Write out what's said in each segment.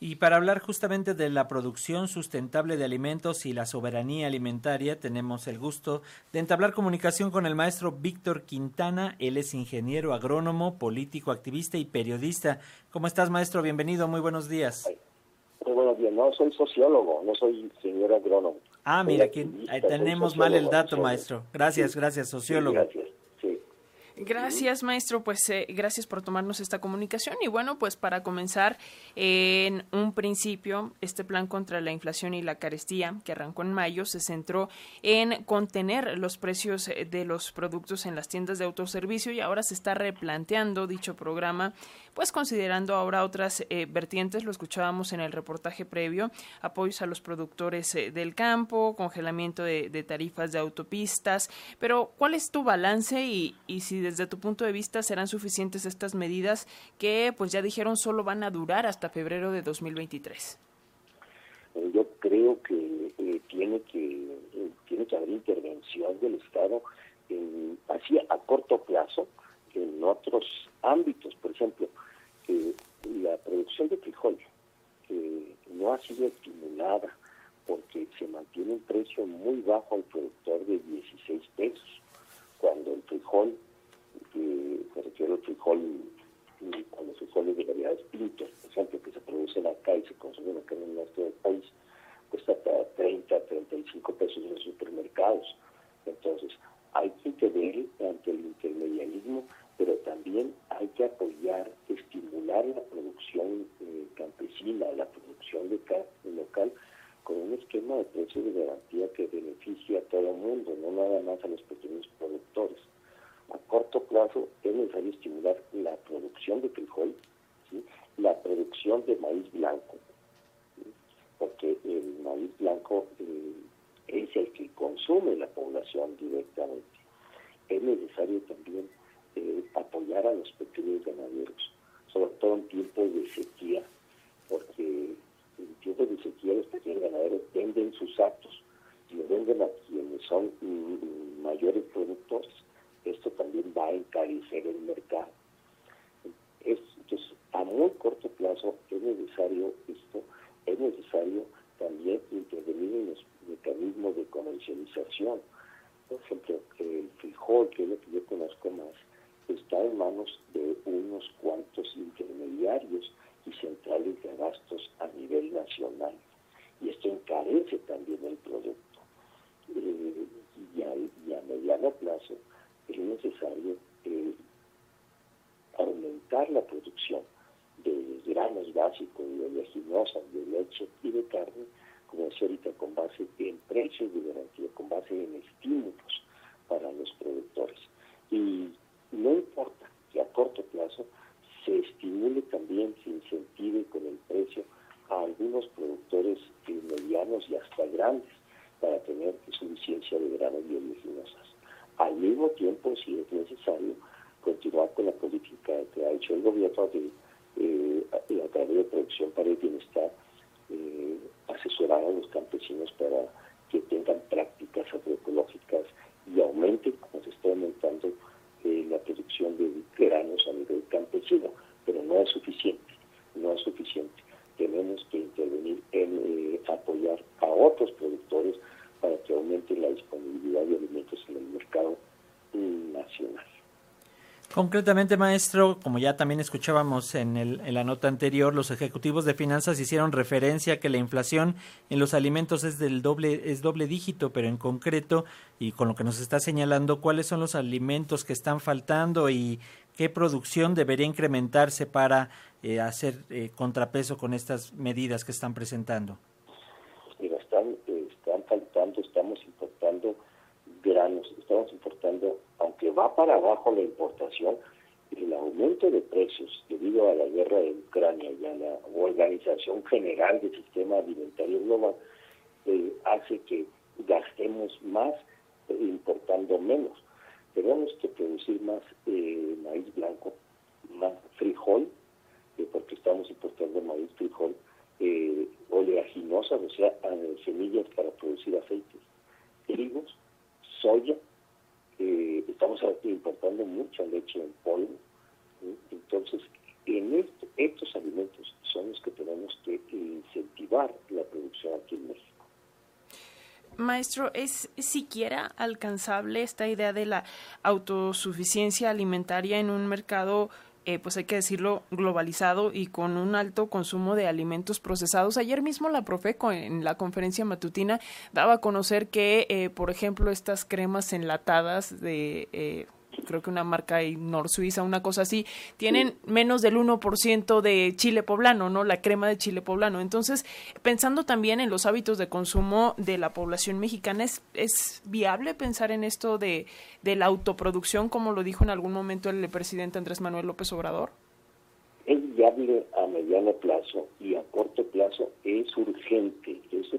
Y para hablar justamente de la producción sustentable de alimentos y la soberanía alimentaria, tenemos el gusto de entablar comunicación con el maestro Víctor Quintana. Él es ingeniero agrónomo, político, activista y periodista. ¿Cómo estás, maestro? Bienvenido, muy buenos días. Muy buenos días. No soy sociólogo, no soy ingeniero agrónomo. Mira, ahí tenemos mal el dato, maestro. Gracias, sociólogo. Sí, gracias. Sí. Gracias, maestro, pues gracias por tomarnos esta comunicación y bueno, pues para comenzar, en un principio, este plan contra la inflación y la carestía que arrancó en mayo se centró en contener los precios de los productos en las tiendas de autoservicio y ahora se está replanteando dicho programa, pues considerando ahora otras vertientes, lo escuchábamos en el reportaje previo, apoyos a los productores del campo, congelamiento de tarifas de autopistas, pero ¿cuál es tu balance y si desde tu punto de vista serán suficientes estas medidas que, pues ya dijeron, solo van a durar hasta febrero de 2023? Yo creo que tiene que haber intervención del Estado así a corto plazo en otros ámbitos. Por ejemplo, la producción de frijol no ha sido estimulada porque se mantiene un precio muy bajo al productor de 16 pesos, cuando el frijol, me refiero al frijol, a los frijoles de variedades pintos, por ejemplo, que se producen acá y se consumen acá en el norte del país, cuesta hasta 30, 35 pesos en los supermercados. Entonces, hay que intervenir ante el intermediarismo, pero también hay que apoyar, estimular la producción campesina, la producción local, con un esquema de precios de garantía que beneficie a todo el mundo, no nada más a los pequeños productores. A corto plazo es necesario estimular la producción de frijol, ¿sí?, la producción de maíz blanco, ¿sí?, porque el maíz blanco es el que consume la población directamente. Es necesario también apoyar a los pequeños ganaderos, sobre todo en tiempos de sequía, porque en tiempos de sequía los pequeños ganaderos venden sus actos y lo venden a quienes son mayores productores. Esto también va a encarecer el mercado. Entonces, a muy corto plazo es necesario también intervenir en los mecanismos de comercialización. Por ejemplo, el frijol, que es lo que yo conozco más, está en manos de unos cuantos intermediarios y centrales de abastos a nivel nacional. Y esto encarece también el producto. Y a mediano plazo es necesario aumentar la producción de granos básicos, de oleaginosas, de leche y de carne, como decía ahorita, con base en precios de garantía, con base en estímulos para los productores. Y no importa que a corto plazo se estimule también, se incentive con el precio a algunos productores medianos y hasta grandes para tener suficiencia de granos y oleaginosas. Al mismo tiempo, si es necesario, continuar con la política que ha hecho el gobierno a través de Producción para el Bienestar, asesorar a los campesinos para que tengan prácticas agroecológicas y aumenten, como se está aumentando, la producción de granos a nivel campesino, pero no es suficiente. Tenemos que intervenir en apoyar a otros productores para que aumente la disponibilidad de alimentos en el mercado nacional. Concretamente, maestro, como ya también escuchábamos en la nota anterior, los ejecutivos de finanzas hicieron referencia a que la inflación en los alimentos es doble dígito, pero en concreto, y con lo que nos está señalando, ¿cuáles son los alimentos que están faltando y qué producción debería incrementarse para hacer contrapeso con estas medidas que están presentando? Mira, están faltando, estamos importando granos, aunque va para abajo la importación, el aumento de precios debido a la guerra de Ucrania y a la Organización General del Sistema Alimentario Global hace que gastemos más importando menos. Tenemos que producir más maíz blanco, más frijol, porque estamos importando maíz, frijol, oleaginosas, o sea, semillas para producir aceites, trigos, soya, estamos importando mucha leche en polvo. Entonces, en estos alimentos son los que tenemos que maestro, ¿es siquiera alcanzable esta idea de la autosuficiencia alimentaria en un mercado, pues hay que decirlo, globalizado y con un alto consumo de alimentos procesados? Ayer mismo la Profeco en la conferencia matutina daba a conocer que, por ejemplo, estas cremas enlatadas de... creo que una marca Nor Suiza, una cosa así, tienen menos del 1% de chile poblano, ¿no? La crema de chile poblano. Entonces, pensando también en los hábitos de consumo de la población mexicana, ¿es viable pensar en esto de la autoproducción, como lo dijo en algún momento el presidente Andrés Manuel López Obrador? Es viable a mediano plazo y a corto plazo es urgente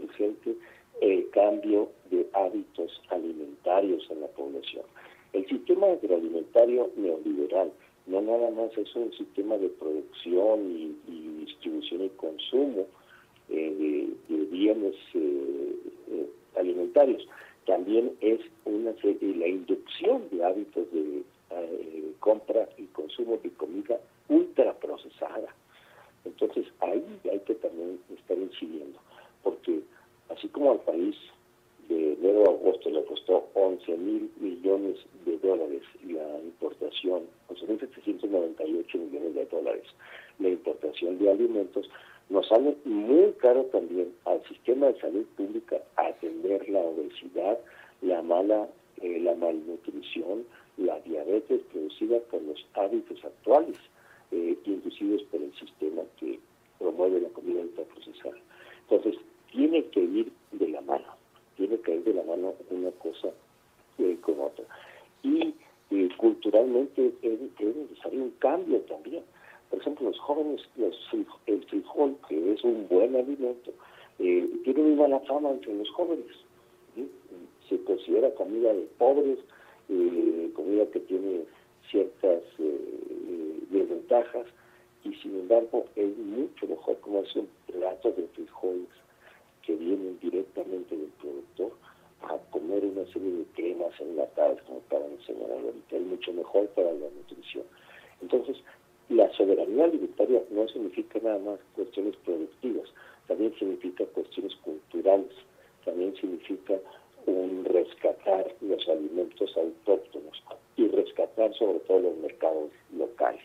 el cambio de hábitos alimentarios en la población. El sistema agroalimentario neoliberal no nada más es un sistema de producción y distribución y consumo de bienes alimentarios, también es la inducción de hábitos de compra y consumo de comida ultraprocesada. Entonces ahí hay que también estar incidiendo, porque así como al país de enero a agosto le costó 11,000 millones de dólares la importación, 11,798 millones de dólares la importación de alimentos, nos sale muy caro también al sistema de salud pública atender la obesidad, la malnutrición, la diabetes producida por los hábitos actuales, inducidos por el sistema que promueve la comida ultraprocesada. Entonces, tiene que ir de la mano una cosa con otra. Y culturalmente es necesario un cambio también. Por ejemplo, los jóvenes, el frijol, que es un buen alimento, tiene muy mala fama entre los jóvenes. ¿Sí? Se considera comida de pobres, comida que tiene ciertas desventajas, y sin embargo es mucho mejor comerse un plato de frijoles que vienen directamente del productor a comer una serie de cremas enlatadas, como para enseñar ahorita, es mucho mejor para la nutrición. Entonces, la soberanía alimentaria no significa nada más cuestiones productivas, también significa cuestiones culturales, también significa rescatar los alimentos autóctonos y rescatar sobre todo los mercados locales.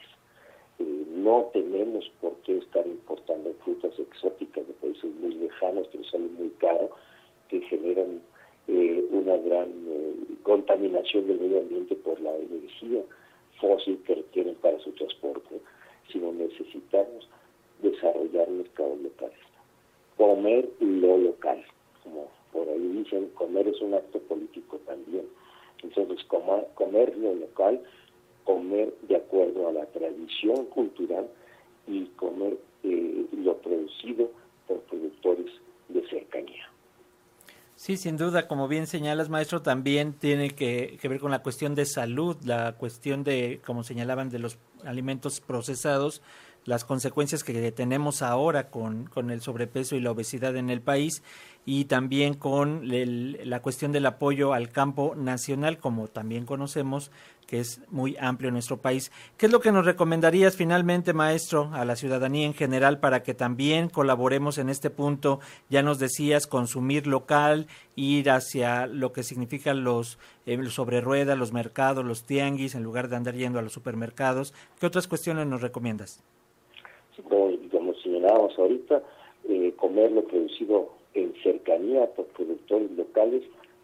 No tenemos por qué estar importando frutas exóticas de países muy lejanos que nos salen muy caro, que generan una gran contaminación del medio ambiente por la energía fósil que requieren para su transporte, sino necesitamos desarrollar mercados locales. Comer lo local, como por ahí dicen, comer es un acto político también. Entonces, comer lo local, comer de acuerdo a la tradición cultural y comer lo producido por productores de cercanía. Sí, sin duda, como bien señalas, maestro, también tiene que ver con la cuestión de salud, la cuestión de, como señalaban, de los alimentos procesados, las consecuencias que tenemos ahora con el sobrepeso y la obesidad en el país, y también con la cuestión del apoyo al campo nacional, como también conocemos, que es muy amplio en nuestro país. ¿Qué es lo que nos recomendarías finalmente, maestro, a la ciudadanía en general para que también colaboremos en este punto? Ya nos decías, consumir local, ir hacia lo que significan los sobre ruedas, los mercados, los tianguis, en lugar de andar yendo a los supermercados. ¿Qué otras cuestiones nos recomiendas? Como señalábamos ahorita, comer lo producido en cercanía por productores locales,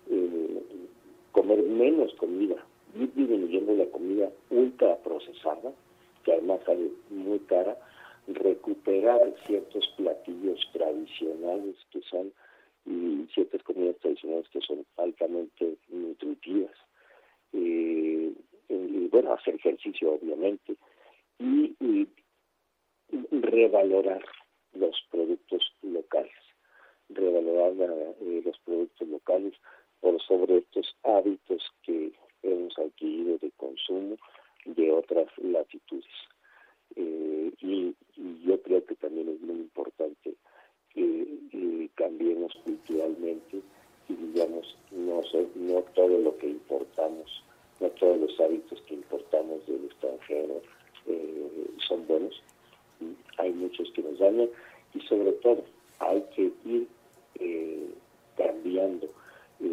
comer menos comida, ir disminuyendo la comida ultra procesada, que además sale muy cara, recuperar ciertos platillos tradicionales que son, y ciertas comidas tradicionales que son altamente nutritivas, y bueno, hacer ejercicio obviamente, y revalorar los productos locales, los productos locales por sobre estos hábitos que hemos adquirido de consumo de otras latitudes. Y yo creo que también es muy importante que cambiemos culturalmente y digamos, no todo lo que importamos, no todos los hábitos que importamos del extranjero son buenos. Hay muchos que nos dañan y sobre todo hay que ir cambiando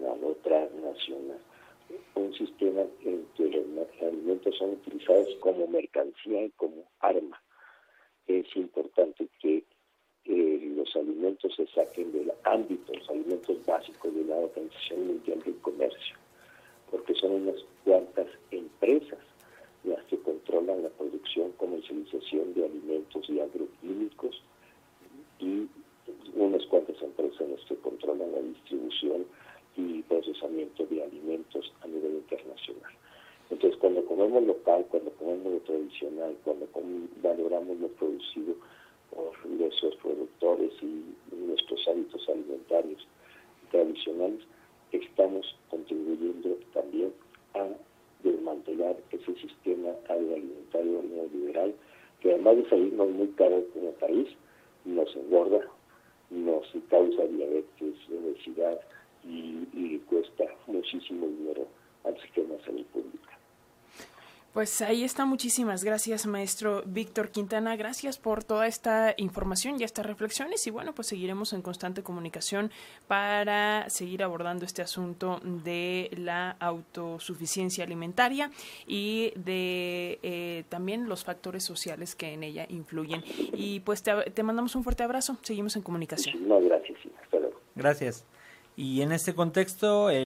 nacional o transnacional. Un sistema en que los alimentos son utilizados como mercancía y como arma. Es importante que los alimentos se saquen del ámbito, los alimentos básicos de la Organización Mundial del Comercio, porque son unas cuantas empresas las que controlan la producción, comercialización de alimentos y agroquímicos, y unas cuantas empresas las que controlan la distribución y procesamiento de alimentos a nivel internacional. Entonces, cuando comemos local, cuando comemos lo tradicional, cuando valoramos lo producido por nuestros productores y nuestros hábitos alimentarios tradicionales, estamos contribuyendo también a desmantelar ese sistema agroalimentario neoliberal, que además de salirnos muy caro como país, nos engorda, nos causa diabetes, obesidad y cuesta muchísimo dinero al sistema de salud pública. Pues ahí está, muchísimas gracias, maestro Víctor Quintana, gracias por toda esta información y estas reflexiones, y bueno, pues seguiremos en constante comunicación para seguir abordando este asunto de la autosuficiencia alimentaria y de también los factores sociales que en ella influyen. Y pues te mandamos un fuerte abrazo, seguimos en comunicación. No, gracias, sí, hasta luego. Gracias. Y en este contexto,